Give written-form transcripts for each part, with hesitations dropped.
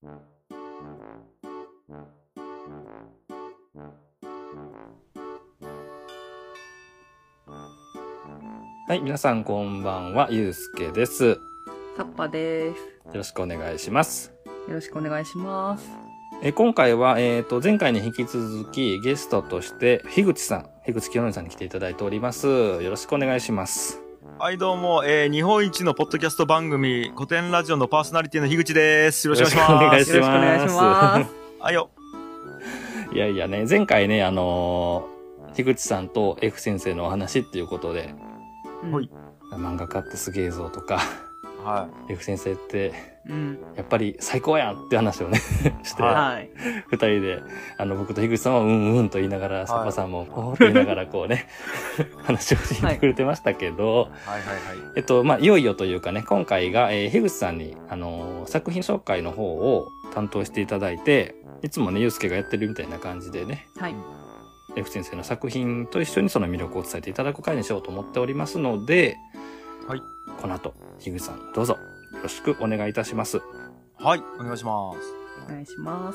はい、皆さんこんばんは、ゆうすけです。よタッパです。 ろしくお願いします。 よろしくお願いします。 今回は、前回に引き続きゲストとして樋口清則さんに来ていただいております。よろしくお願いします。 はい、どうも、日本一のポッドキャスト番組古典ラジオのパーソナリティの樋口です。よろしくお願いします。 よろしくお願いします。 はいよ。 いやいやね、前回ね、樋口さんと F 先生のお話っていうことで、 はい。 漫画家ってすげえぞとか、 は F 先生ってうん。 やっぱり最高やんって話をねして、 はい。 二人で僕と樋口さんはうんうんと言いながら、サッパさんもほーっと言いながらこうね話を聞いてくれてましたけど、 はいはいはい。 いよいよというかね、今回が、樋口さんに作品紹介の方を担当していただいて、いつもねゆうすけがやってるみたいな感じでね、 はい。 F 先生の作品と一緒にその魅力を伝えていただく回にしようと思っておりますので、 はい。 この後樋口さんどうぞよろしくお願いいたします。 はい、お願いします。 お願いします。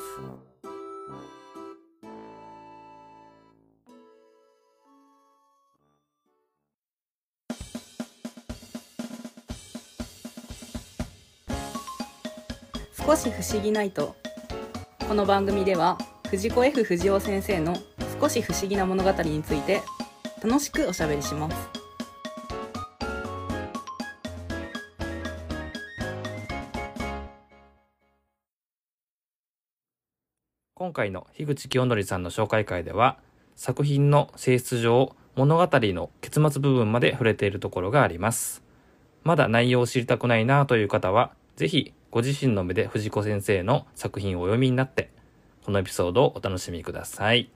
少し不思議ナイト。この番組では藤子 F 不二雄先生の少し不思議な物語について楽しくおしゃべりします。 今回の樋口清則さんの紹介会では、作品の性質上物語の結末部分まで触れているところがあります。まだ内容を知りたくないなという方は、ぜひご自身の目で藤子先生の作品をお読みになって、このエピソードをお楽しみください。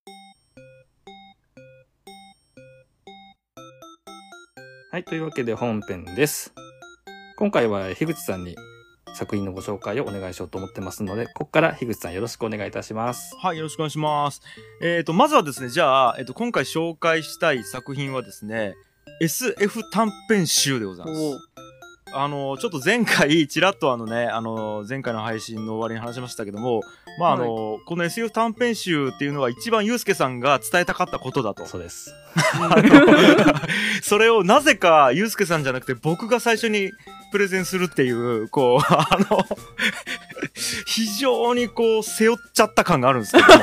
はい、というわけで本編です。今回は樋口さんに作品のご紹介をお願いしようと思ってますので、ここから樋口さんよろしくお願いいたします。 はい、よろしくお願いします。まずはですね、じゃあ、今回紹介したい作品はですね、SF 短編集でございます。ちょっと前回ちらっと前回の配信の終わりに話しましたけども、まあこの SF 短編集っていうのは一番ゆうすけさんが伝えたかったことだと。 そうです。 それをなぜかゆうすけさんじゃなくて僕が最初にプレゼンするっていう、こう、非常にこう、背負っちゃった感があるんですけども。い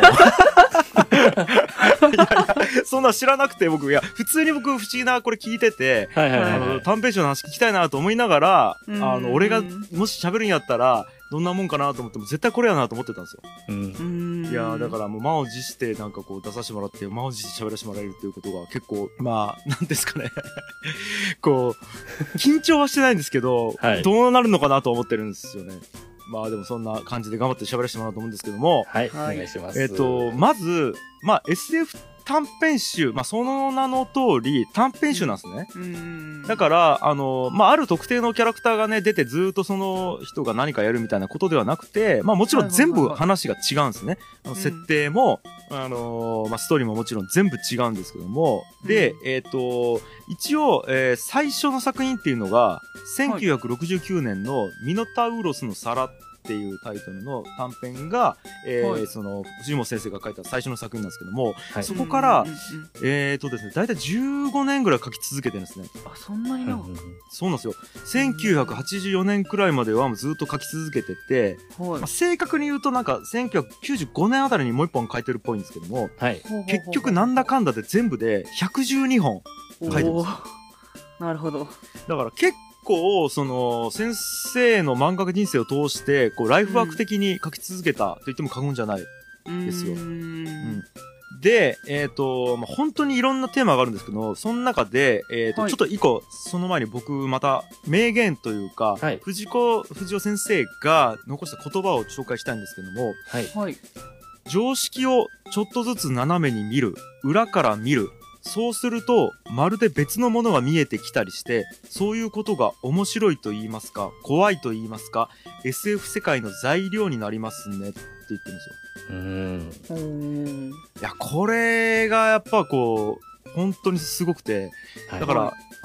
やいや、そんな知らなくて僕、普通に僕不思議なこれ聞いてて、短編集の話聞きたいなと思いながら、俺がもし喋るんやったら、どんなもんかなと思っても絶対これやなと思ってたんですよ。いやだからもう満を持してなんかこう出させてもらって満を持して喋らせてもらえるっていうことが結構なんですかねこう緊張はしてないんですけど、どうなるのかなと思ってるんですよね。でもそんな感じで頑張って喋らせてもらおうと思うんですけども、 はい、お願いします。 まずSF 短編集、その名の通り短編集なんですね。だからある特定のキャラクターがね出てずっとその人が何かやるみたいなことではなくて、もちろん全部話が違うんですね。設定もストーリーももちろん全部違うんですけども、で一応、最初の作品っていうのが1969年のミノタウロスの皿っていうタイトルの短編が、その藤本先生が書いた最初の作品なんですけども、そこからですね、だいたい15年ぐらい書き続けてるんですね。 あ、そんなにな。 そうなんですよ。1984年くらいまではずっと書き続けてて、正確に言うとなんか1995年あたりにもう一本書いてるっぽいんですけども、結局なんだかんだで全部で112本書いてるんですよ。 なるほど。 だから結構その先生の漫画家人生を通してこうライフワーク的に書き続けたと言っても過言じゃないですよ。で、本当にいろんなテーマがあるんですけど、その中で、ちょっと一個その前に僕また名言というか、藤子不二雄先生が残した言葉を紹介したいんですけども、常識をちょっとずつ斜めに見る、裏から見る。そうするとまるで別のものが見えてきたりして、そういうことが面白いと言いますか怖いと言いますか SF 世界の材料になりますねって言ってるんですよ。いやこれがやっぱこう本当にすごくて、だから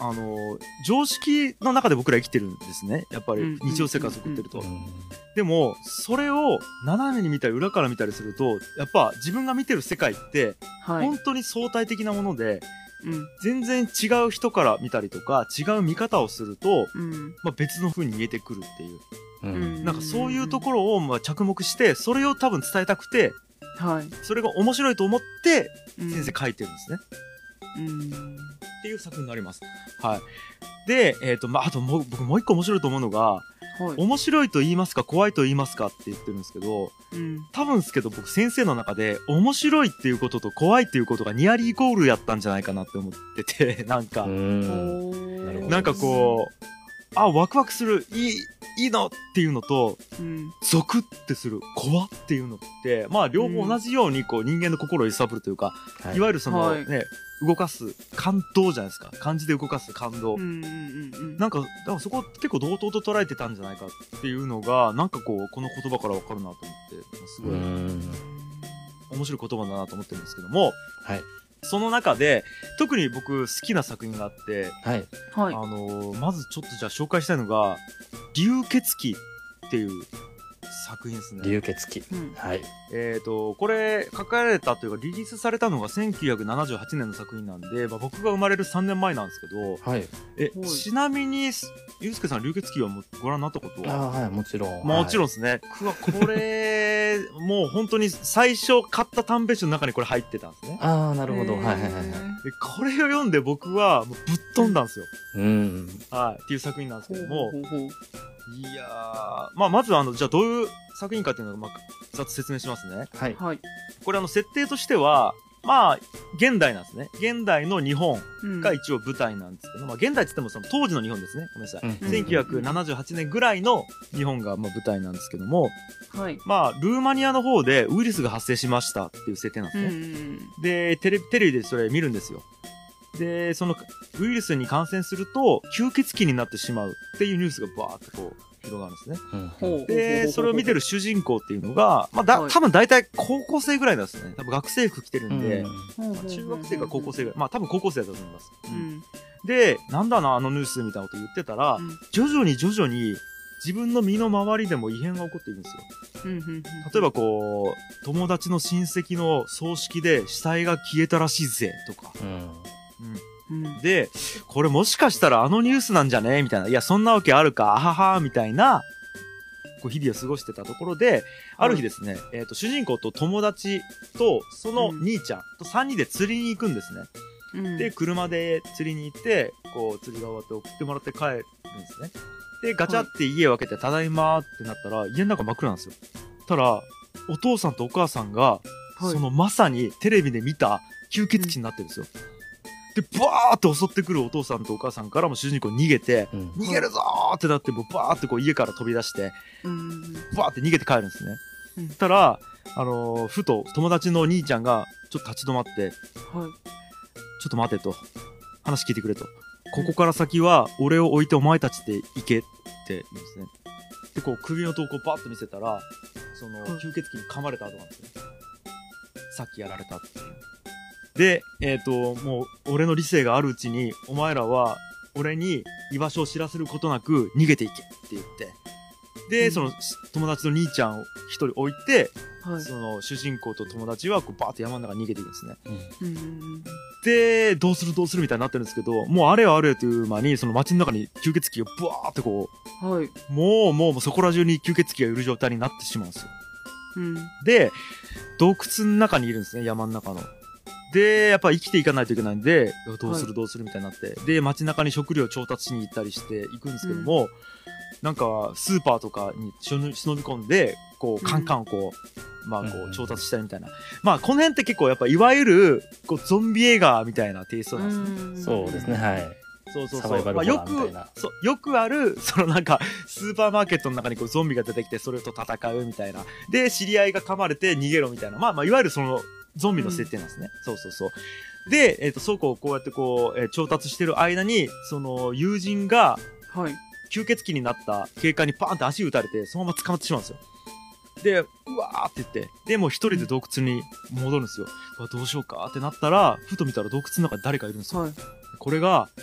常識の中で僕ら生きてるんですね。やっぱりうん日常生活を送ってると。 うんでも、それを斜めに見たり裏から見たりすると、やっぱ自分が見てる世界って、 はい。 本当に相対的なもので、 うん。 全然違う人から見たりとか、違う見方をすると、 うん。 まあ、別の風に見えてくるっていう。 うんなんかそういうところをまあ着目して、それを多分伝えたくて、 はい。 それが面白いと思って、 うん先生書いてるんですね。 うん。 っていう作品になります。はい。で、まあ、あと僕もう一個面白いと思うのが、 はい。 面白いと言いますか、怖いと言いますかって言ってるんですけど、 うん。 多分ですけど僕先生の中で、面白いっていうことと怖いっていうことがニアリーイコールやったんじゃないかなって思ってて、なんか、 なるほどなんかこう、あ、ワクワクする、いいのっていうのと、 うん。 ゾクってする、怖っていうのって、まあ両方同じようにこう人間の心を揺さぶるというか、 はいいわゆるそのはいね、動かす感動じゃないですか。漢字で動かす感動。 うん。うん。 なんか、だからそこ結構同等と捉えてたんじゃないかっていうのが、なんかこう、この言葉からわかるなと思って、すごい面白い言葉だなと思ってるんですけども、 はいその中で、特に僕好きな作品があって、 はいはい。 まずちょっとじゃあ紹介したいのが、流血鬼っていう作品ですね。 流血鬼うん。 はいこれ書かれたというかリリースされたのが1978年の作品なんで、まあ、僕が生まれる3年前なんですけど、 はいはいちなみに、ゆうすけさん、流血鬼はご覧になったことは？ はいもちろんもちろんですね。これ、もう本当に最初買った短編集の中にこれ入ってたんですね。 ああなるほどはいはいはいはいで、これを読んで僕はもうぶっ飛んだんですよ。 うんはい。っていう作品なんですけども、 ほうほうほういやー、まあ、まずじゃあどういう作品かっていうのを、まあ、ざっと説明しますね。 はいはい。 これ設定としては、まあ、現代なんですね。現代の日本うんが一応舞台なんですけど、まあ、現代って言ってもその当時の日本ですね。ごめんなさい。 うん 1978年ぐらいの日本がまあ舞台なんですけども、 はい。 まあ、ルーマニアの方でウイルスが発生しましたっていう設定なんですうね。 ん。 で、テレビでそれ見るんですよ。で、そのウイルスに感染すると吸血鬼になってしまうっていうニュースがバーっとこう広がるんですね。 うんほうで、それを見てる主人公っていうのが、まあ、 はい多分大体高校生ぐらいなんですね。多分学生服着てるんで、 ほうほうほうまあ中学生か高校生ぐらい。まあ多分高校生だと思います。 うん。 で、なんだな、あのニュースみたいなこと言ってたら、 うん徐々に自分の身の回りでも異変が起こっているんですよ。 うん。 例えばこう、友達の親戚の葬式で死体が消えたらしいぜ、とか。 うん。 で、これもしかしたらあのニュースなんじゃねみたいな。いや、そんなわけあるか、あはは、みたいな、こう日々を過ごしてたところで、ある日ですね、主人公と友達と、その兄ちゃんと3人で釣りに行くんですね。 うん。 で、車で釣りに行って、こう、釣りが終わって送ってもらって帰るんですね。で、ガチャって家を開けて、ただいまってなったら、家の中真っ暗なんですよ。たら、お父さんとお母さんが、 はいそのまさにテレビで見た吸血鬼になってるんですよ。で、バーって襲ってくるお父さんとお母さんからも主人公逃げて、 うん逃げるぞーってなって、もうバーってこう家から飛び出して、 うん。 バーって逃げて帰るんですね。 うんたら、ふと友達の兄ちゃんがちょっと立ち止まって、 はい。 ちょっと待てと。話聞いてくれと。ここから先は俺を置いてお前たちで行けって言うんですね。で、こう首のとこバッと見せたら、そのはい吸血鬼に噛まれた後なんですよ。さっきやられたっていう。で、もう俺の理性があるうちに、お前らは俺に居場所を知らせることなく逃げていけって言って。で、 うんその友達の兄ちゃんを一人置いて、 はい。 その主人公と友達はこうバーって山の中に逃げていくんですね。 うん。 で、どうするみたいになってるんですけど、もうあれよあれよという間に、その街の中に吸血鬼がブワーってこはい。 う、もうそこら中に吸血鬼がいる状態になってしまうんですよ。 うん。 で、洞窟の中にいるんですね、山の中の。で、やっぱ生きていかないといけないんで、どうするみたいになって。で、街中に食料調達しに行ったりして行くんですけども、なんか、スーパーとかに忍び込んで、こう、カンカンをこう、まあ、こう、調達したりみたいな。まあ、この辺って結構やっぱ、いわゆる、こう、ゾンビ映画みたいなテイストなんですね。 そうですねはいそうサバイバルホラーみたいなよくある、そのなんか、スーパーマーケットの中にこうゾンビが出てきて、それと戦うみたいな。で、知り合いが噛まれて逃げろみたいな。まあ、いわゆるその、ゾンビの設定なんですね。そう。で、そうこうこうやってこう、調達してる間に、その、友人が、 はい。 吸血鬼になった警官にパーンって足打たれて、そのまま捕まってしまうんですよ。で、うわーって言って、で、もう一人で洞窟に戻るんですよ。うわどうしようかってなったら、ふと見たら洞窟の中に誰かいるんですよ。 はい。 これが、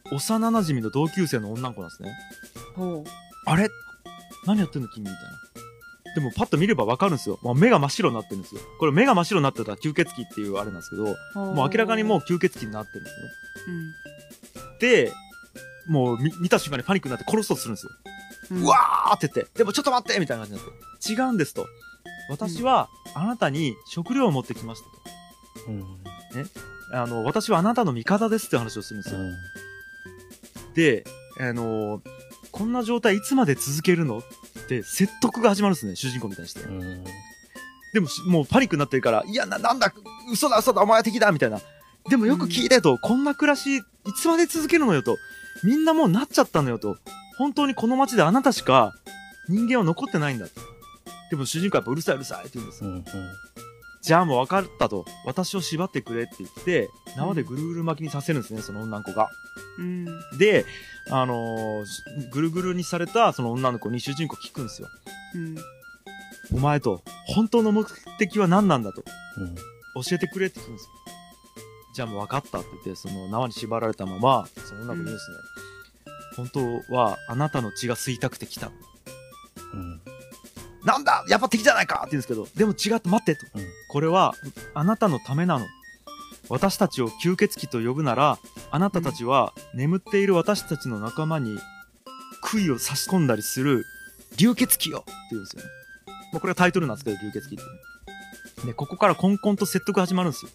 幼馴染の同級生の女の子なんですね。 ほあれ何やってんの君みたいな。でもパッと見ればわかるんですよ。もう目が真っ白になってるんですよ。これ目が真っ白になってたら吸血鬼っていうあれなんですけど、 う。 もう明らかにもう吸血鬼になってるんですね。で、もう見た瞬間にパニックになって殺そうとするんですよ。 うん。 うわーって言って、でもちょっと待ってみたいな感じになって。違うんですと。私はあなたに食料を持ってきましたと。私はあなたの味方ですって話をするんですよ。で、こんな状態いつまで続けるのって説得が始まるんですね、主人公に対して。でももうパニックになってるから、いや、なんだ、嘘だ、お前は敵だみたいな。でもよく聞いてと、こんな暮らし、いつまで続けるのよと。みんなもうなっちゃったのよと。本当にこの街であなたしか人間は残ってないんだ。でも主人公はやっぱうるさいって言うんですよ。じゃあもう分かったと。私を縛ってくれって言って、縄でぐるぐる巻きにさせるんですね、その女の子が。で、ぐるぐるにされたその女の子に主人公聞くんですよ。お前と、本当の目的は何なんだと。教えてくれって聞くんですよ。じゃあもう分かったって言って、その縄に縛られたまま、その女の子に言うんですね。本当はあなたの血が吸いたくて来た。なんだやっぱ敵じゃないかって言うんですけど、でも違って待ってと。これはあなたのためなの。私たちを吸血鬼と呼ぶなら、あなたたちは眠っている私たちの仲間に杭を差し込んだりする流血鬼よって言うんですよね。もうこれがタイトルなんですけど、流血鬼ってね。で、ここからコンコンと説得始まるんですよ。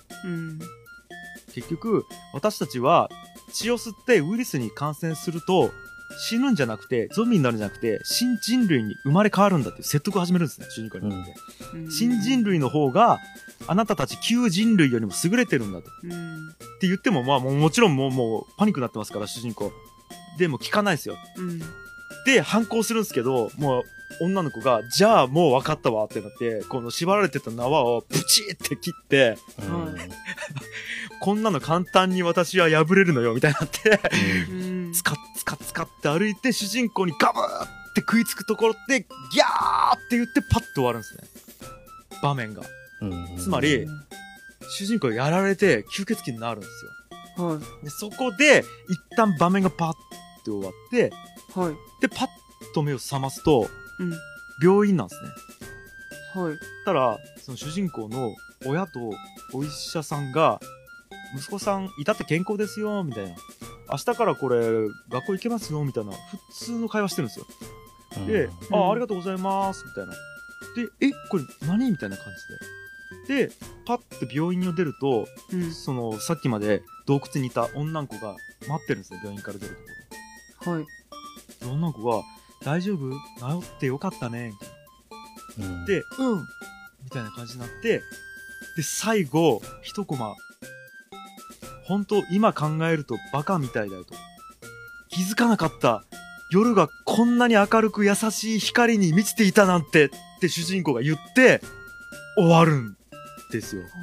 結局、私たちは血を吸ってウイルスに感染すると死ぬんじゃなくて、ゾンビになるんじゃなくて、新人類に生まれ変わるんだっていう説得を始めるんですね、主人公になって。新人類の方が、あなたたち旧人類よりも優れてるんだと。って言っても、まあもちろんもうパニックになってますから、主人公。でも聞かないですよ。で、反抗するんですけど、もう女の子が、じゃあもう分かったわってなって、この縛られてた縄をブチって切って、こんなの簡単に私は破れるのよみたいになって、スカって歩いて主人公にガブーって食いつくところでギャーって言ってパッと終わるんですね、場面が。つまり主人公やられて吸血鬼になるんですよ。でそこで一旦場面がパッて終わって、でパッと目を覚ますと、病院なんですね。たらその主人公の親とお医者さんが、息子さん至って健康ですよみたいな、明日からこれ学校行けますよみたいな普通の会話してるんですよ。で、ありがとうございますみたいな。で、これ何みたいな感じで。で、パッて病院に出ると、そのさっきまで洞窟にいた女の子が待ってるんですよ、病院から出るところ。で、女の子が大丈夫？治ってよかったねみたいな。で、みたいな感じになって、で、最後一コマ。本当今考えるとバカみたいだよと。気づかなかった。夜がこんなに明るく優しい光に満ちていたなんてって主人公が言って終わるんですよ。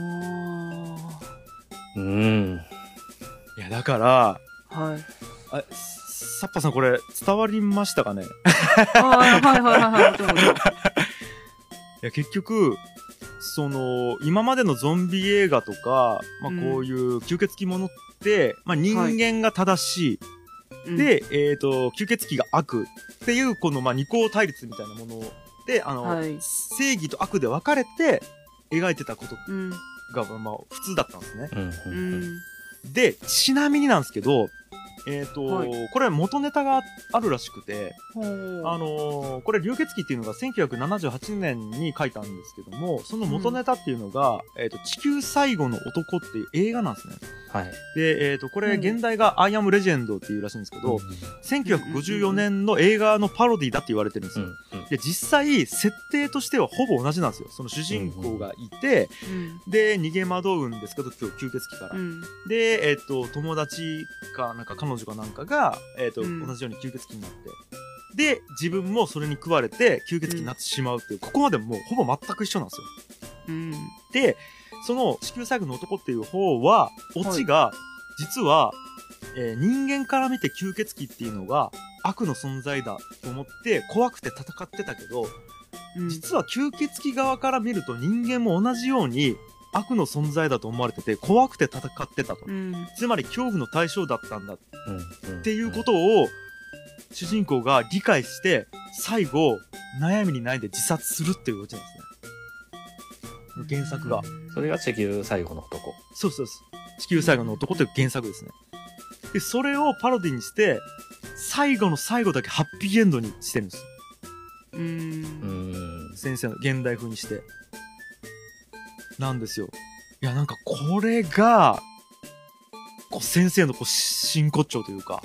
いやだから、サッパさんこれ伝わりましたかね？いや結局その今までのゾンビ映画とか、こういう吸血鬼ものって、人間が正しい、で、吸血鬼が悪っていうこの二項対立みたいなもので、正義と悪で分かれて描いてたことが、普通だったんですね。で、ちなみになんですけど、これ元ネタがあるらしくて、これ流血鬼っていうのが1978年に書いたんですけども、その元ネタっていうのが、地球最後の男っていう映画なんですね。で、これ現代がアイアムレジェンドっていうらしいんですけど、1954年の映画のパロディだって言われてるんですよ。で、実際設定としてはほぼ同じなんですよ。その主人公がいて、で、逃げ惑うんですけど、今日吸血鬼から。で、友達かなんか彼女かなんかが、同じように吸血鬼になって、で自分もそれに食われて吸血鬼になってしまうっていう、ここまでもうほぼ全く一緒なんですよ。でその地球最後の男っていう方はオチが、実は、人間から見て吸血鬼っていうのが悪の存在だと思って怖くて戦ってたけど、実は吸血鬼側から見ると人間も同じように悪の存在だと思われてて、怖くて戦ってたと。 うんつまり恐怖の対象だったんだっうんていうことを、主人公が理解して、最後、悩みに悩んで自殺するっていうオチなんですね。原作が。 それが地球最後の男。 そうそうそう。地球最後の男という原作ですね。で、それをパロディにして、最後の最後だけハッピーエンドにしてるんですよ。 うん先生の現代風にして。なんですよ。いや、なんかこれが、こう先生のこう真骨頂というか、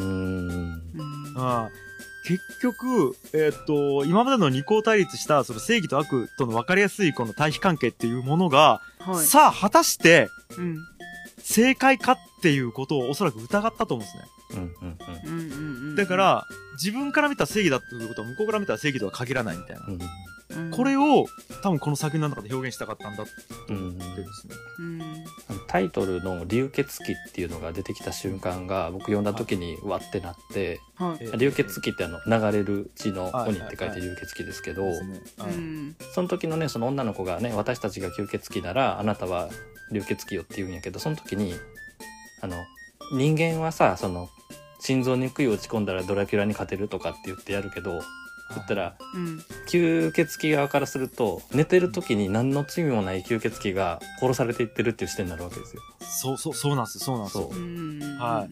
結局、今までの二項対立したその正義と悪との分かりやすいこの対比関係っていうものが、 はいさあ果たしてうん正解かっていうことをおそらく疑ったと思うんですね。だから自分から見た正義だっていうことは向こうから見たら正義とは限らないみたいな。これを多分この作品の中で表現したかったんだってですね。 タイトルの「流血鬼」っていうのが出てきた瞬間が僕読んだ時にわってなって、流血鬼って流れる血の鬼って書いて流血鬼ですけど、その時のねその女の子がね私たちが吸血鬼ならあなたは流血鬼よって言うんやけど、その時に人間はさその心臓に杭を打ち込んだらドラキュラに勝てるとかって言ってやるけど、言ったら、吸血鬼側からすると寝てる時に何の罪もない吸血鬼が殺されていってるっていう視点になるわけですよ。 そうなんですよ。はい。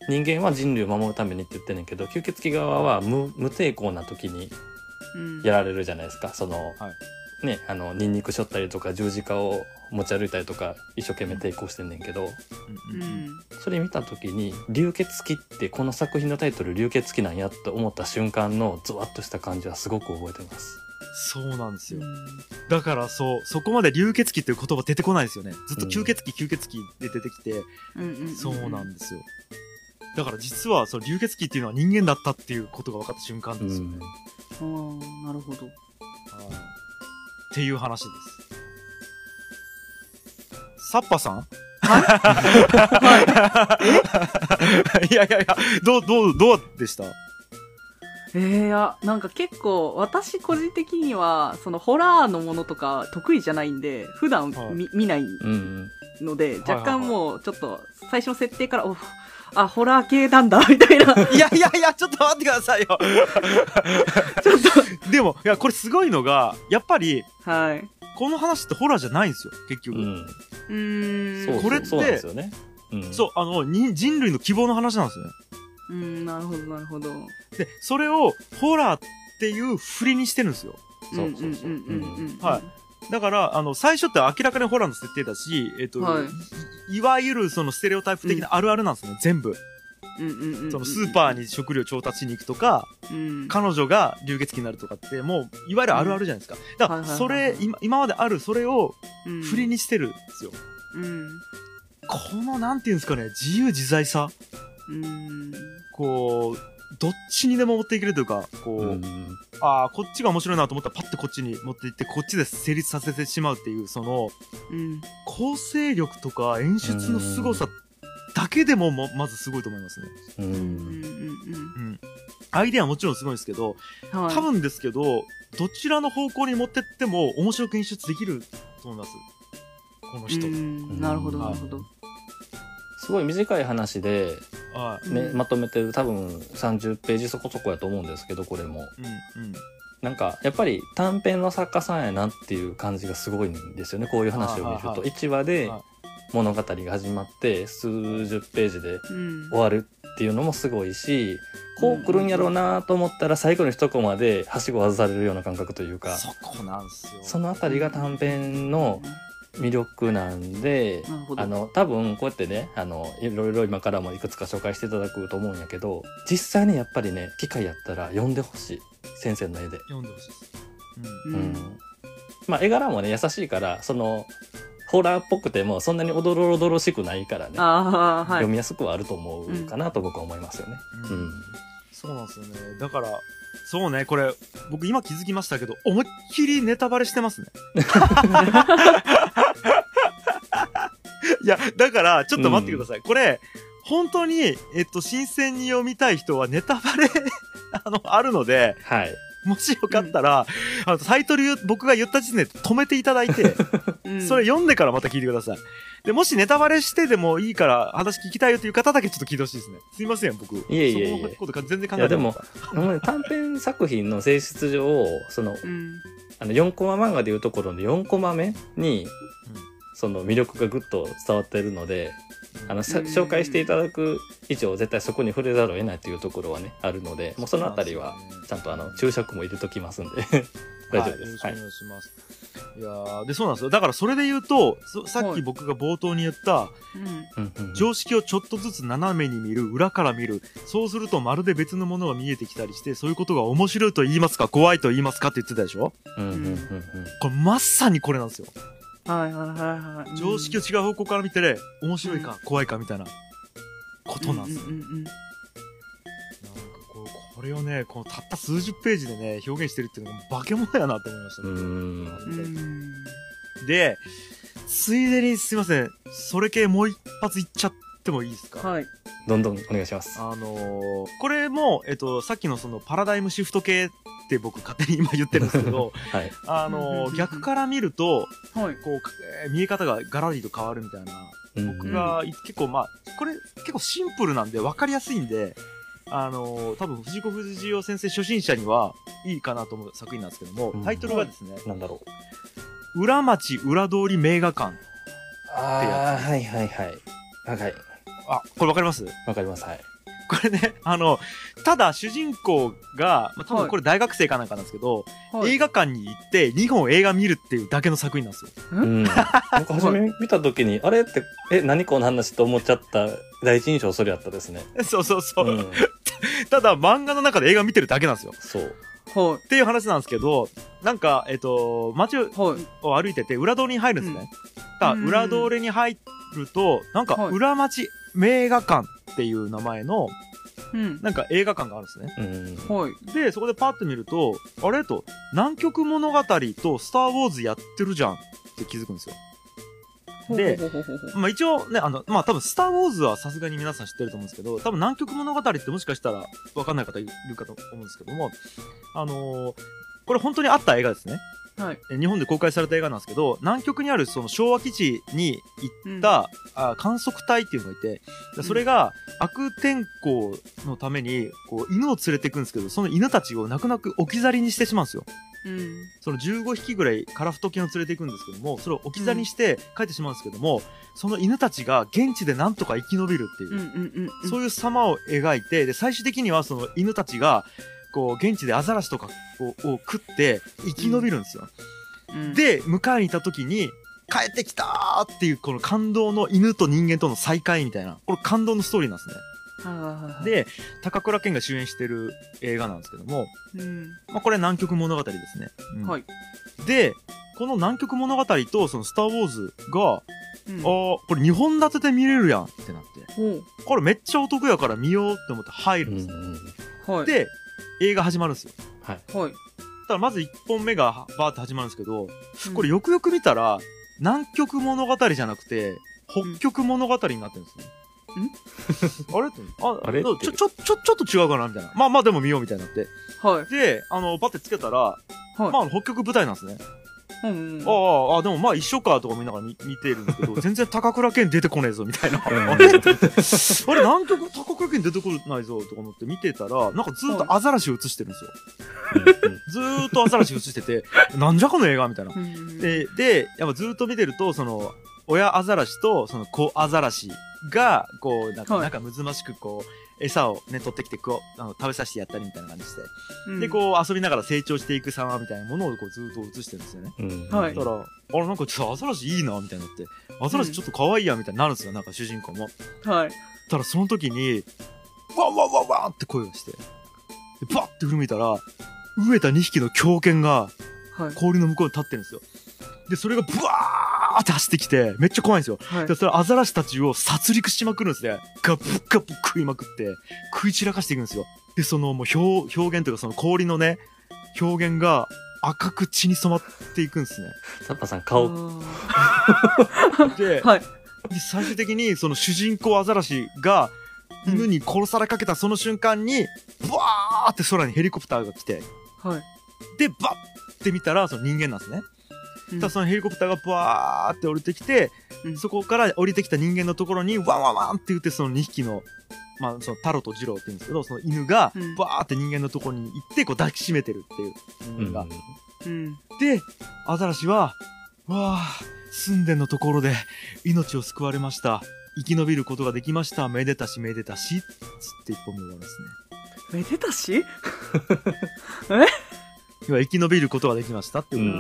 人間は人類を守るためにって言ってんねんけど、吸血鬼側は無抵抗な時にやられるじゃないですか。その、ね、ニンニクしょったりとか十字架を持ち歩いたりとか一生懸命抵抗してんねんけど、それ見た時に流血鬼ってこの作品のタイトル流血鬼なんやって思った瞬間のゾワッとした感じはすごく覚えてます。 そうなんですよ。だからそこまで流血鬼っていう言葉出てこないですよね。ずっと吸血鬼で出てきて、そうなんですよ。だから実はその流血鬼っていうのは人間だったっていうことが分かった瞬間ですよね。 なるほど。 っていう話です。サッパさん？いや、どうでした？ いや、なんか結構、私個人的には、そのホラーのものとか得意じゃないんで、普段見ないので、若干もうちょっと、最初の設定から、ホラー系なんだ、みたいな。 いや、ちょっと待ってくださいよ。ちょっと。でも、いや、これすごいのが、やっぱり、 はい。 この話ってホラーじゃないんですよ、結局。これって、 そうなんですよね。 そう、人類の希望の話なんですよね。 なるほど、なるほど。 で、それをホラーっていう振りにしてるんですよ。はい。だから、最初って明らかにホラーの設定だし、いわゆるそのステレオタイプ的なあるあるなんですね、全部。そのスーパーに食料調達しに行くとか、彼女が流血鬼になるとかって、もう、いわゆるあるあるじゃないですか。だから、それ、今まであるそれを振りにしてるんですよ。この、なんていうんですかね、自由自在さ。こう、どっちにでも持っていけるというか、こう、こっちが面白いなと思ったらパッてこっちに持っていって、こっちで成立させてしまうっていう、その、構成力とか演出の凄さだけでもまずすごいと思いますね。アイデアはもちろんすごいですけど、多分ですけど、どちらの方向に持ってっても面白く演出できると思います。この人。 なるほど、なるほど。 すごい短い話で、まとめてる多分30ページそこそこやと思うんですけど、これも。なんかやっぱり短編の作家さんやなっていう感じがすごいんですよね、こういう話を見ると。1話で物語が始まって数十ページで終わるっていうのもすごいし、こう来るんやろうなと思ったら最後の一コマではしご外されるような感覚というか、 そこなんすよ。 そのあたりが短編の魅力なんで、多分こうやってね、いろいろ今からもいくつか紹介していただくと思うんやけど、実際にやっぱりね、機会やったら読んでほしい。先生の絵で。 読んでほしいです。 まあ絵柄もね、優しいから、その、ホラーっぽくてもそんなにおどろおどろしくないからね、読みやすくはあると思うかなと僕は思いますよね。 そうなんですよね。だから、そうね、これ、僕今気づきましたけど、思いっきりネタバレしてますね。いや、だから、ちょっと待ってください。これ、本当に、新鮮に読みたい人はネタバレ、あるので、 もしよかったら、タイトル僕が言った時点で止めていただいて、それ読んでからまた聞いてください。で、もしネタバレしてでもいいから話聞きたいよという方だけちょっと聞いてほしいですね。すいません、僕。 いえいえいえ。 そのこと全然考いや、でえてなかも、短編作品の性質上、4コマ漫画でいうところの4コマ目に、その魅力がぐっと伝わっているので、紹介していただく以上絶対そこに触れざるを得ないというところはねあるので、もうそのあたりはちゃんと注釈も入れときますんで大丈夫です。 はい、よろしくお願いします。いやで、そうなんですよ。だからそれで言うと、さっき僕が冒頭に言った、常識をちょっとずつ斜めに見る、裏から見る、そうするとまるで別のものが見えてきたりして、そういうことが面白いと言いますか、怖いと言いますかって言ってたでしょ。これまさにこれなんですよ。常識を違う方向から見てね、面白いか怖いかみたいなことなんですよ。なんかこれをね、このたった数十ページでね、表現してるっていうのが化け物やなって思いましたね。で、ついでにすいません、それ系もう一発いっちゃってもいいですか？ はい。 どんどんお願いします。 これも、さっきのそのパラダイムシフト系って僕勝手に今言ってるんですけど、はい、逆から見ると、はい、こう、見え方がガラリと変わるみたいな、僕が結構これ結構シンプルなんで分かりやすいんで、多分藤子不二雄先生初心者にはいいかなと思う作品なんですけども、タイトルがですね、 なんだろう。裏町裏通り名画館ってやつ。はいはいはい。はい。 これ分かります？ 分かります。はい。 これね、ただ主人公が、多分これ大学生かなんかなんですけど、はい、映画館に行って2本映画見るっていうだけの作品なんですよ。 僕初め見た時に、あれって、何この話と思っちゃった第一印象それやったですね。 そうそうそう。ただ漫画の中で映画見てるだけなんですよ。 そう。 っていう話なんですけど、なんか、街を歩いてて裏通りに入るんですね。裏通りに入ると、なんか裏町名画館っていう名前の、なんか映画館があるんですね。で、そこでパッと見ると、あれと、南極物語とスターウォーズやってるじゃんって気づくんですよ。で、一応ね、多分スターウォーズはさすがに皆さん知ってると思うんですけど、多分南極物語ってもしかしたらわかんない方いるかと思うんですけども、これ本当にあった映画ですね。はい、日本で公開された映画なんですけど、南極にあるその昭和基地に行った、観測隊っていうのがいて、それが悪天候のためにこう犬を連れていくんですけど、その犬たちを泣く泣く置き去りにしてしまうんですよ。その15匹ぐらいカラフト犬を連れていくんですけども、それを置き去りにして帰ってしまうんですけども、その犬たちが現地でなんとか生き延びるっていう、そういう様を描いて、で最終的にはその犬たちがこう現地でアザラシとかを食って生き延びるんですよ。で迎えに行った時に帰ってきたーっていうこの感動の犬と人間との再会みたいな、これ感動のストーリーなんですね。で高倉健が主演してる映画なんですけども、これ南極物語ですね。でこの南極物語とそのスター・ウォーズが、これ2本立てで見れるやんってなって、これめっちゃお得やから見ようって思って入るんですね。で映画始まるんですよ。だからまず1本目がバーって始まるんですけど、これよくよく見たら南極物語じゃなくて北極物語になってるんですね。あれちょっと違うかなみたいな。まあでも見ようみたいになって。で、バッてつけたら、北極舞台なんですね。でもまあ一緒かとか見ながら見てるんですけど、全然高倉健出てこねえぞみたいな。あれ南極高倉健出てこないぞとか思って見てたら、なんかずっとアザラシを映してるんですよ。ずーっとアザラシ映してて、なんじゃこの映画みたいな。で、やっぱずっと見てると、その、親アザラシとその子アザラシが、こう、なんかむずましくこう、餌をね、取ってきて食べさせてやったりみたいな感じして。で、こう遊びながら成長していく様みたいなものをこうずっと映してるんですよね。だから、あれなんかちょっとアザラシいいなみたいになって、アザラシちょっと可愛いやみたいになるんですよ、なんか主人公も。ただその時に、ワンワンワンワンって声がして、でバッて振り向いたら、飢えた2匹の狂犬が氷の向こうに立ってるんですよ。で、それがブワーって走ってきて、めっちゃ怖いんですよ。で、それアザラシたちを殺戮しまくるんですね。ガブガブ食いまくって、食い散らかしていくんですよ。で、そのもう表現というかその氷のね、表現が赤く血に染まっていくんですね。 サッパさん顔。 で、最終的にその主人公アザラシが犬に殺されかけたその瞬間に、ブワーって空にヘリコプターが来て、 で、バッて見たら、その人間なんですね。ただそのヘリコプターがバーって降りてきて、そこから降りてきた人間のところに、ワンワンワンって言って、その2匹の、まあ、そのタロとジローって言うんですけど、その犬が、バーって人間のところに行って、こう抱きしめてるっていう人間が。で、アザラシは、わあ、住んでんのところで命を救われました。生き延びることができました。めでたしめでたし。つって一本目終わるんですね。 めでたし今生き延びることができましたっていう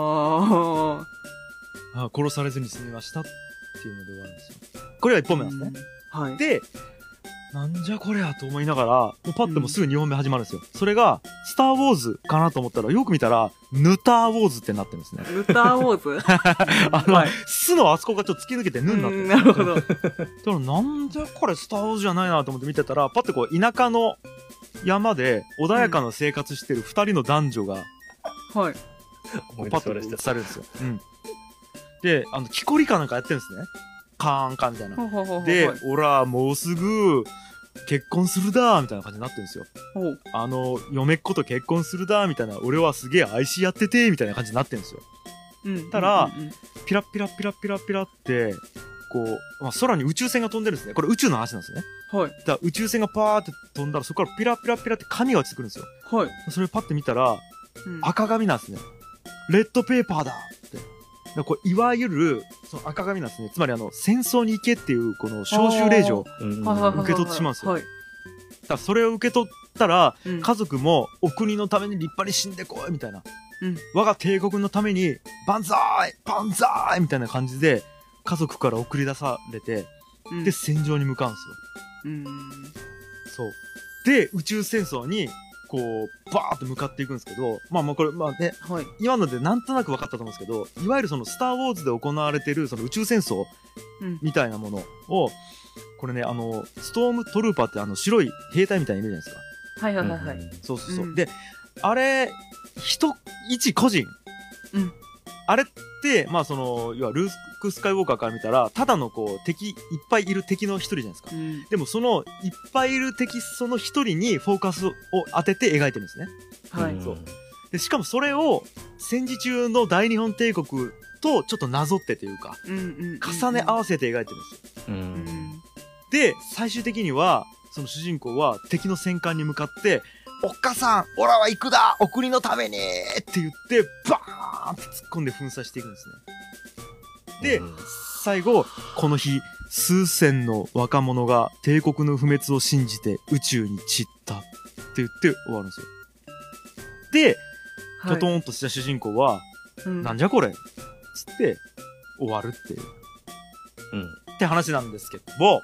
ことで。殺されずに済みましたっていうので終わるんですよ。これが一本目なんですね。 はい。 で、なんじゃこりゃと思いながら、もうパッともうすぐ2本目始まるんですよ。それが、スターウォーズかなと思ったら、よく見たら、ヌターウォーズってなってるんですね。 ヌターウォーズ巣のあそこがちょっと突き抜けてヌになってる。 なるほど。 だからなんじゃこれスターウォーズじゃないなと思って見てたら、パッとこう田舎の山で穏やかな生活してる2人の男女が、 はい。 パッと映されるんですよ。で、木こりかなんかやってるんですね。カーンカーみたいな。で、俺はもうすぐ、結婚するだーみたいな感じになってるんですよ。嫁っ子と結婚するだーみたいな、俺はすげえ愛しやっててーみたいな感じになってるんですよ。たら、ピラッピラピラピラピラって、こう、まあ、空に宇宙船が飛んでるんですね。これ宇宙の話なんですね。 はい。 だから宇宙船がパーって飛んだら、そこからピラピラピラって紙が落ちてくるんですよ。 はい。 それパッて見たら、赤紙なんですね。レッドペーパーだって。これいわゆるその赤紙なんですね。つまり戦争に行けっていうこの召集令状を受け取ってしまうんですよ。だからそれを受け取ったら、家族もお国のために立派に死んでこいみたいな、我が帝国のために万歳万歳みたいな感じで家族から送り出されて、で戦場に向かうんですよ。そうで宇宙戦争にこうバーッと向かっていくんですけど、まあこれね、今のでなんとなく分かったと思うんですけど、いわゆるそのスター・ウォーズで行われているその宇宙戦争みたいなものを、これねストームトルーパーって白い兵隊みたいにいるじゃないですか。 はいはいはいはい。 そうそうそう。であれ一個人、あれってまあその要はルーク・スカイウォーカーから見たらただのこう敵いっぱいいる敵の一人じゃないですか。でもそのいっぱいいる敵その一人にフォーカスを当てて描いてるんですね。はい。そう。でしかもそれを戦時中の大日本帝国とちょっとなぞってというか、重ね合わせて描いてるんですよ。で最終的にはその主人公は敵の戦艦に向かって「おっかさんオラは行くだお国のために!」って言ってバーンって突っ込んで粉砕していくんですね。で最後この日数千の若者が帝国の不滅を信じて宇宙に散ったって言って終わるんですよ。でトトーンとした主人公は「なんじゃこれ」っつって終わるっていう、って話なんですけども、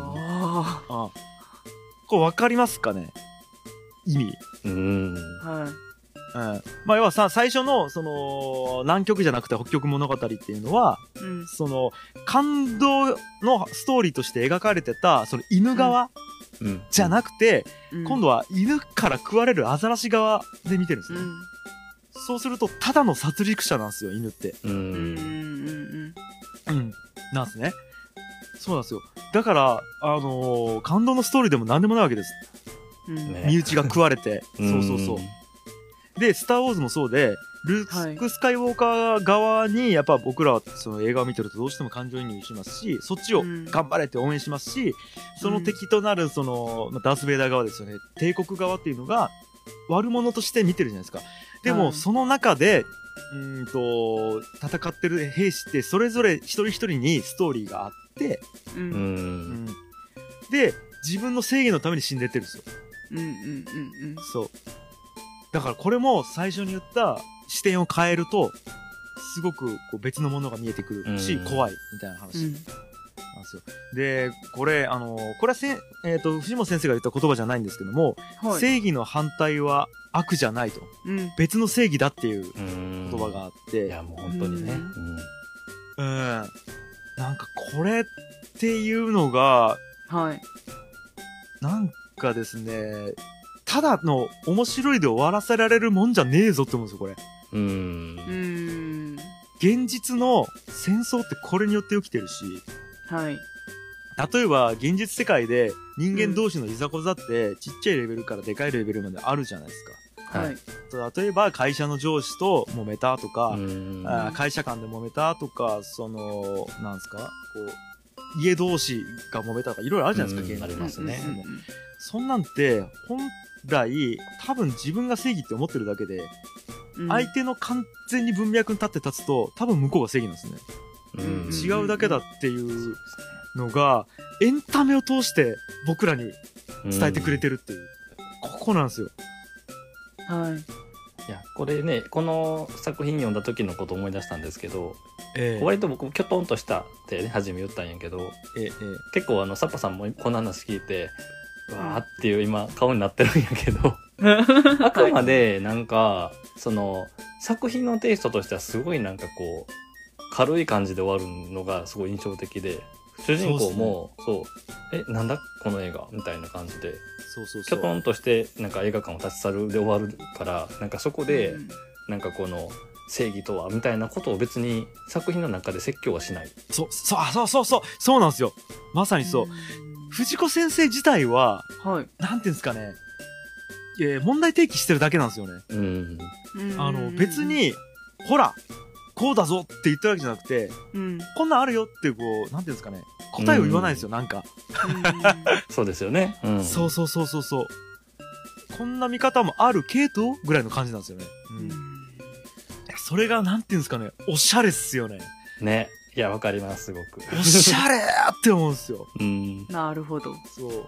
これ分かりますかね意味。まあ要はさ最初のその南極じゃなくて北極物語っていうのは、その感動のストーリーとして描かれてたその犬側じゃなくて、今度は犬から食われるアザラシ側で見てるんですね。そうするとただの殺戮者なんですよ犬って。なんですね。そうなんですよ。だから感動のストーリーでも何でもないわけです。身内が食われて。そうそうそう。で、スター・ウォーズもそうで、ルーク・スカイウォーカー側に、やっぱ僕らはその映画を見てるとどうしても感情移入しますし、そっちを頑張れって応援しますし、その敵となるその、ダース・ベイダー側ですよね。帝国側っていうのが悪者として見てるじゃないですか。でも、その中で、戦ってる兵士ってそれぞれ一人一人にストーリーがあって、で、自分の正義のために死んでってるんですよ。そう。だからこれも最初に言った視点を変えるとすごくこう別のものが見えてくるし、怖いみたいな話なんですよ。でこれこれは藤本先生が言った言葉じゃないんですけども、正義の反対は悪じゃないと、別の正義だっていう言葉があって、 いやもう本当にね、 なんかこれっていうのが、なんかですねただの面白いで終わらせられるもんじゃねえぞって思うんですよこれ。現実の戦争ってこれによって起きてるし、例えば現実世界で人間同士のいざこざってちっちゃいレベルからでかいレベルまであるじゃないですはい。 例えば会社の上司と揉めたとか、 うん会社間で揉めたとか、なんですか、家同士が揉めたとか、いろいろあるじゃないですか、 ありますね。 そんなんて、本来、多分自分が正義って思ってるだけで、相手の完全に文脈に立って立つと、多分向こうが正義なんですね。違うだけだっていうのが、エンタメを通して僕らに伝えてくれてるっていう、ここなんですよ。 はい。 いや、これね、この作品読んだ時のことを思い出したんですけど、 ええ割と僕もキョトンとしたってね、初め言ったんやけど、結構サッパさんもこの話聞いて、わーっていう今顔になってるんやけど、あくまでなんか、作品のテイストとしてはすごいなんかこう、軽い感じで終わるのがすごい印象的で、主人公もなんだこの映画みたいな感じで、キョトンとしてなんか映画館を立ち去るで終わるから、なんかそこでなんかこの正義とはみたいなことを別に作品の中で説教はしない。 そうなんですよ。まさにそう。藤子先生自体は、なんていうんですかね、問題提起してるだけなんですよね。別に、ほら、こうだぞって言ってるわけじゃなくて、こんなんあるよってこう、なんていうんですかね、答えを言わないんですよ、なんか。 そうですよね。 そう。こんな見方もあるけど、ぐらいの感じなんですよね。それが、なんていうんですかね、おしゃれっすよね。 ね。いや、わかります、すごく。 おしゃれって思うんですよ。 なるほど。 そう。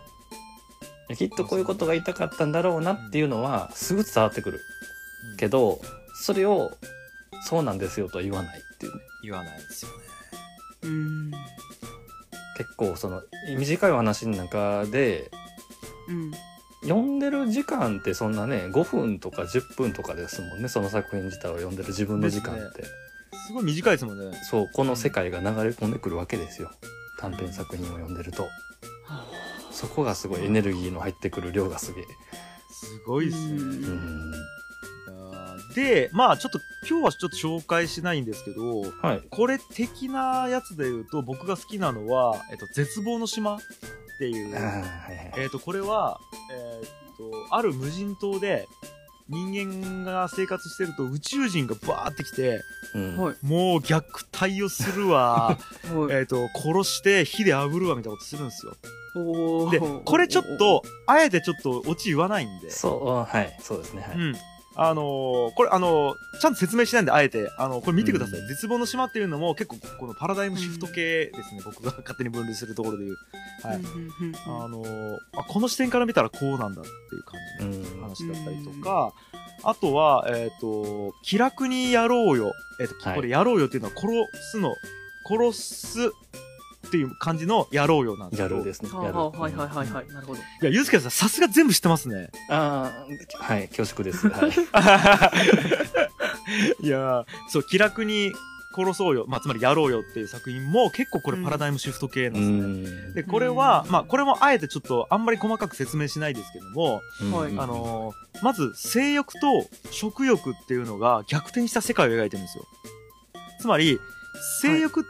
きっとこういうことが言いたかったんだろうなっていうのは、すぐ伝わってくる。けど、それを、そうなんですよとは言わないっていうね。 言わないですよね。 結構短いお話の中で、読んでる時間ってそんなね、5分とか10分とかですもんね、その作品自体を読んでる自分の時間って。 すごい短いですもんね。 そう、この世界が流れ込んでくるわけですよ。短編作品を読んでると。そこがすごいエネルギーの入ってくる量がすげえ。 すごいですね。で、まあちょっと今日はちょっと紹介しないんですけど、これ的なやつで言うと僕が好きなのは、絶望の島っていう、これは、ある無人島で人間が生活してると宇宙人がバーってきて、もう虐待をするわ、殺して火で炙るわみたいなことするんですよ。で、これちょっと、あえてちょっとオチ言わないんで。 そうですね。 これちゃんと説明しないんで、あえて、これ見てください。絶望の島っていうのも結構このパラダイムシフト系ですね。僕が勝手に分類するところで言う。この視点から見たらこうなんだっていう感じの話だったりとか、あとは、気楽にやろうよ。これやろうよっていうのは殺すっていう感じのやろうよなんですけど。 やるですね。 なるほど。いや、ゆうすけさん、さすが全部知ってますね。 はい、恐縮です。 いやそう、気楽に殺そうよ。つまりやろうよっていう作品も結構これパラダイムシフト系なんですね。で、これは、これもあえてちょっとあんまり細かく説明しないですけども、まず性欲と食欲っていうのが逆転した世界を描いてるんですよ。つまり、性欲って、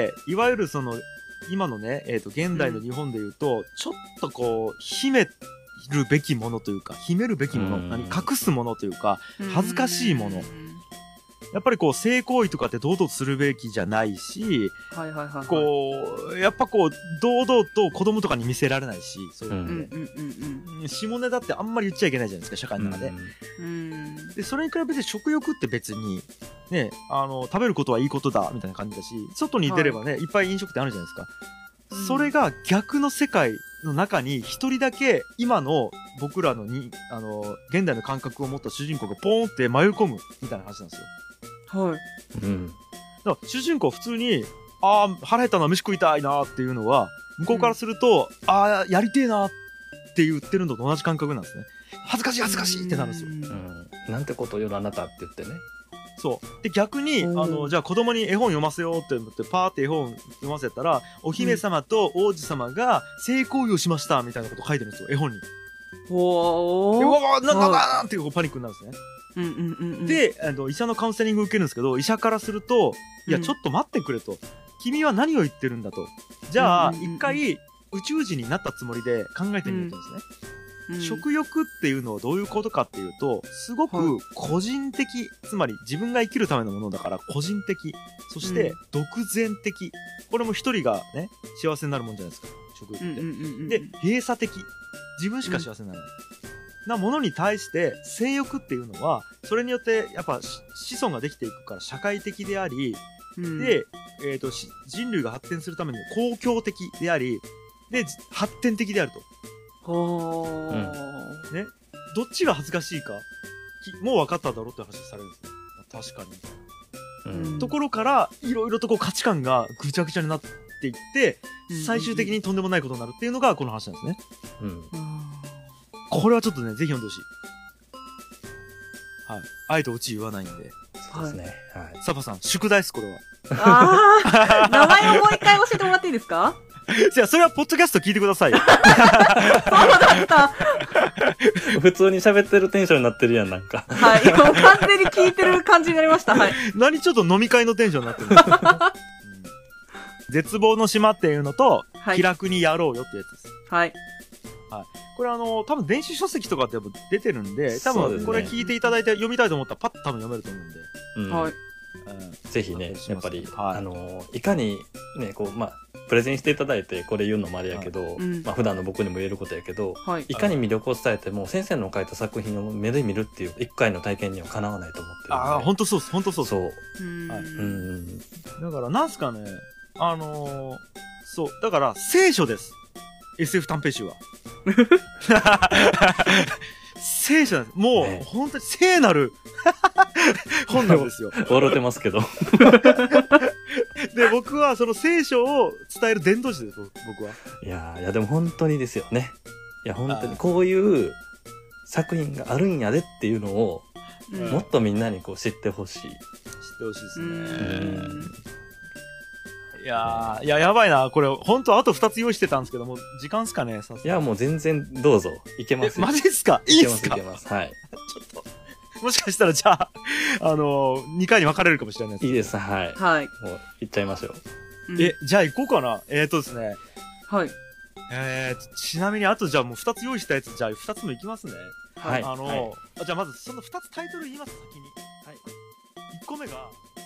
いわゆる今のね、現代の日本で言うと、ちょっとこう、秘めるべきものというか、秘めるべきもの、隠すものというか、恥ずかしいもの。やっぱりこう、性行為とかって堂々とするべきじゃないし、やっぱこう、堂々と子供とかに見せられないし、そういうので。下ネタってあんまり言っちゃいけないじゃないですか、社会の中で。で、それに比べて食欲って別に、ね、食べることはいいことだ、みたいな感じだし、外に出ればね、いっぱい飲食店あるじゃないですか。それが逆の世界の中に一人だけ今の僕らの現代の感覚を持った主人公がポーンって迷い込むみたいな話なんですよ。だから主人公普通に、腹減ったな、飯食いたいなっていうのは、向こうからすると、やりてえなって言ってるのと同じ感覚なんですね。恥ずかしい恥ずかしいってなるんですよ。 なんてことを言うのあなたって言ってね。 そう。で、逆に、じゃあ子供に絵本読ませようって思って、パーって絵本読ませたら、お姫様と王子様が性行為をしましたみたいなこと書いてるんですよ、絵本に。なんってパニックになるんですね。で、医者のカウンセリングを受けるんですけど、医者からすると、いや、ちょっと待ってくれと。君は何を言ってるんだと。じゃあ、一回、宇宙人になったつもりで考えてみるとですね。 食欲っていうのはどういうことかっていうと、すごく個人的、つまり自分が生きるためのものだから個人的、そして独善的。これも一人がね、幸せになるもんじゃないですか、食欲って。で、閉鎖的。自分しか幸せにならない。なものに対して性欲っていうのは、それによってやっぱ子孫ができていくから社会的であり、で、人類が発展するために公共的であり、で、発展的であると。ね。どっちが恥ずかしいか、もう分かっただろうって話されるんですね。確かに。ところから、いろいろとこう価値観がぐちゃぐちゃになっていって、最終的にとんでもないことになるっていうのがこの話なんですね。これはちょっとね、ぜひ読んでほしい。はい。あえてオチ言わないんで。 そうですね。はい。 サパさん、宿題です、これは。 名前をもう一回教えてもらっていいですか？ じゃあ、それはポッドキャスト聞いてくださいよ。そうだった。 普通に喋ってるテンションになってるやん、なんか。 はい。もう完全に聞いてる感じになりました。はい。 何ちょっと飲み会のテンションになってるんですか？絶望の島っていうのと、気楽にやろうよってやつです。 はい。 はい。これ多分電子書籍とかって出てるんで、多分これ聞いていただいて読みたいと思ったらパッと多分読めると思うんで。 はい。 ぜひね、やっぱり、いかにね、こう、まあ、プレゼンしていただいてこれ言うのもあれやけど、まあ普段の僕にも言えることやけど、いかに魅力を伝えても先生の書いた作品を目で見るっていう一回の体験にはかなわないと思ってる。 ああ、本当そうです、本当そうです。 そう。 はい。だからなんすかね、そう、だから聖書です。SF 短編集は。聖書なんです。もう、本当に聖なる本なんですよ。 笑ってますけど。 で、僕はその聖書を伝える伝道師です、僕は。 いやでも本当にですよね。いや、本当にこういう作品があるんやでっていうのを、もっとみんなにこう知ってほしい。知ってほしいですね。いややばいな。これ、本当あと2つ用意してたんですけども、時間っすかね。 いや、もう全然どうぞ。いけますよ。 マジっすか？いいっすか？ いけます。はい。 ちょっと、もしかしたらじゃあ、2回に分かれるかもしれないです。 いいです。はい。 はい。 もう、行っちゃいましょう。 じゃあ行こうかな。ですね。 はい。 ちなみにあとじゃあもう2つ用意したやつ、じゃあ2つもいきますね。 はい。 じゃあまずその2つタイトル言います、先に。はい。1個目が、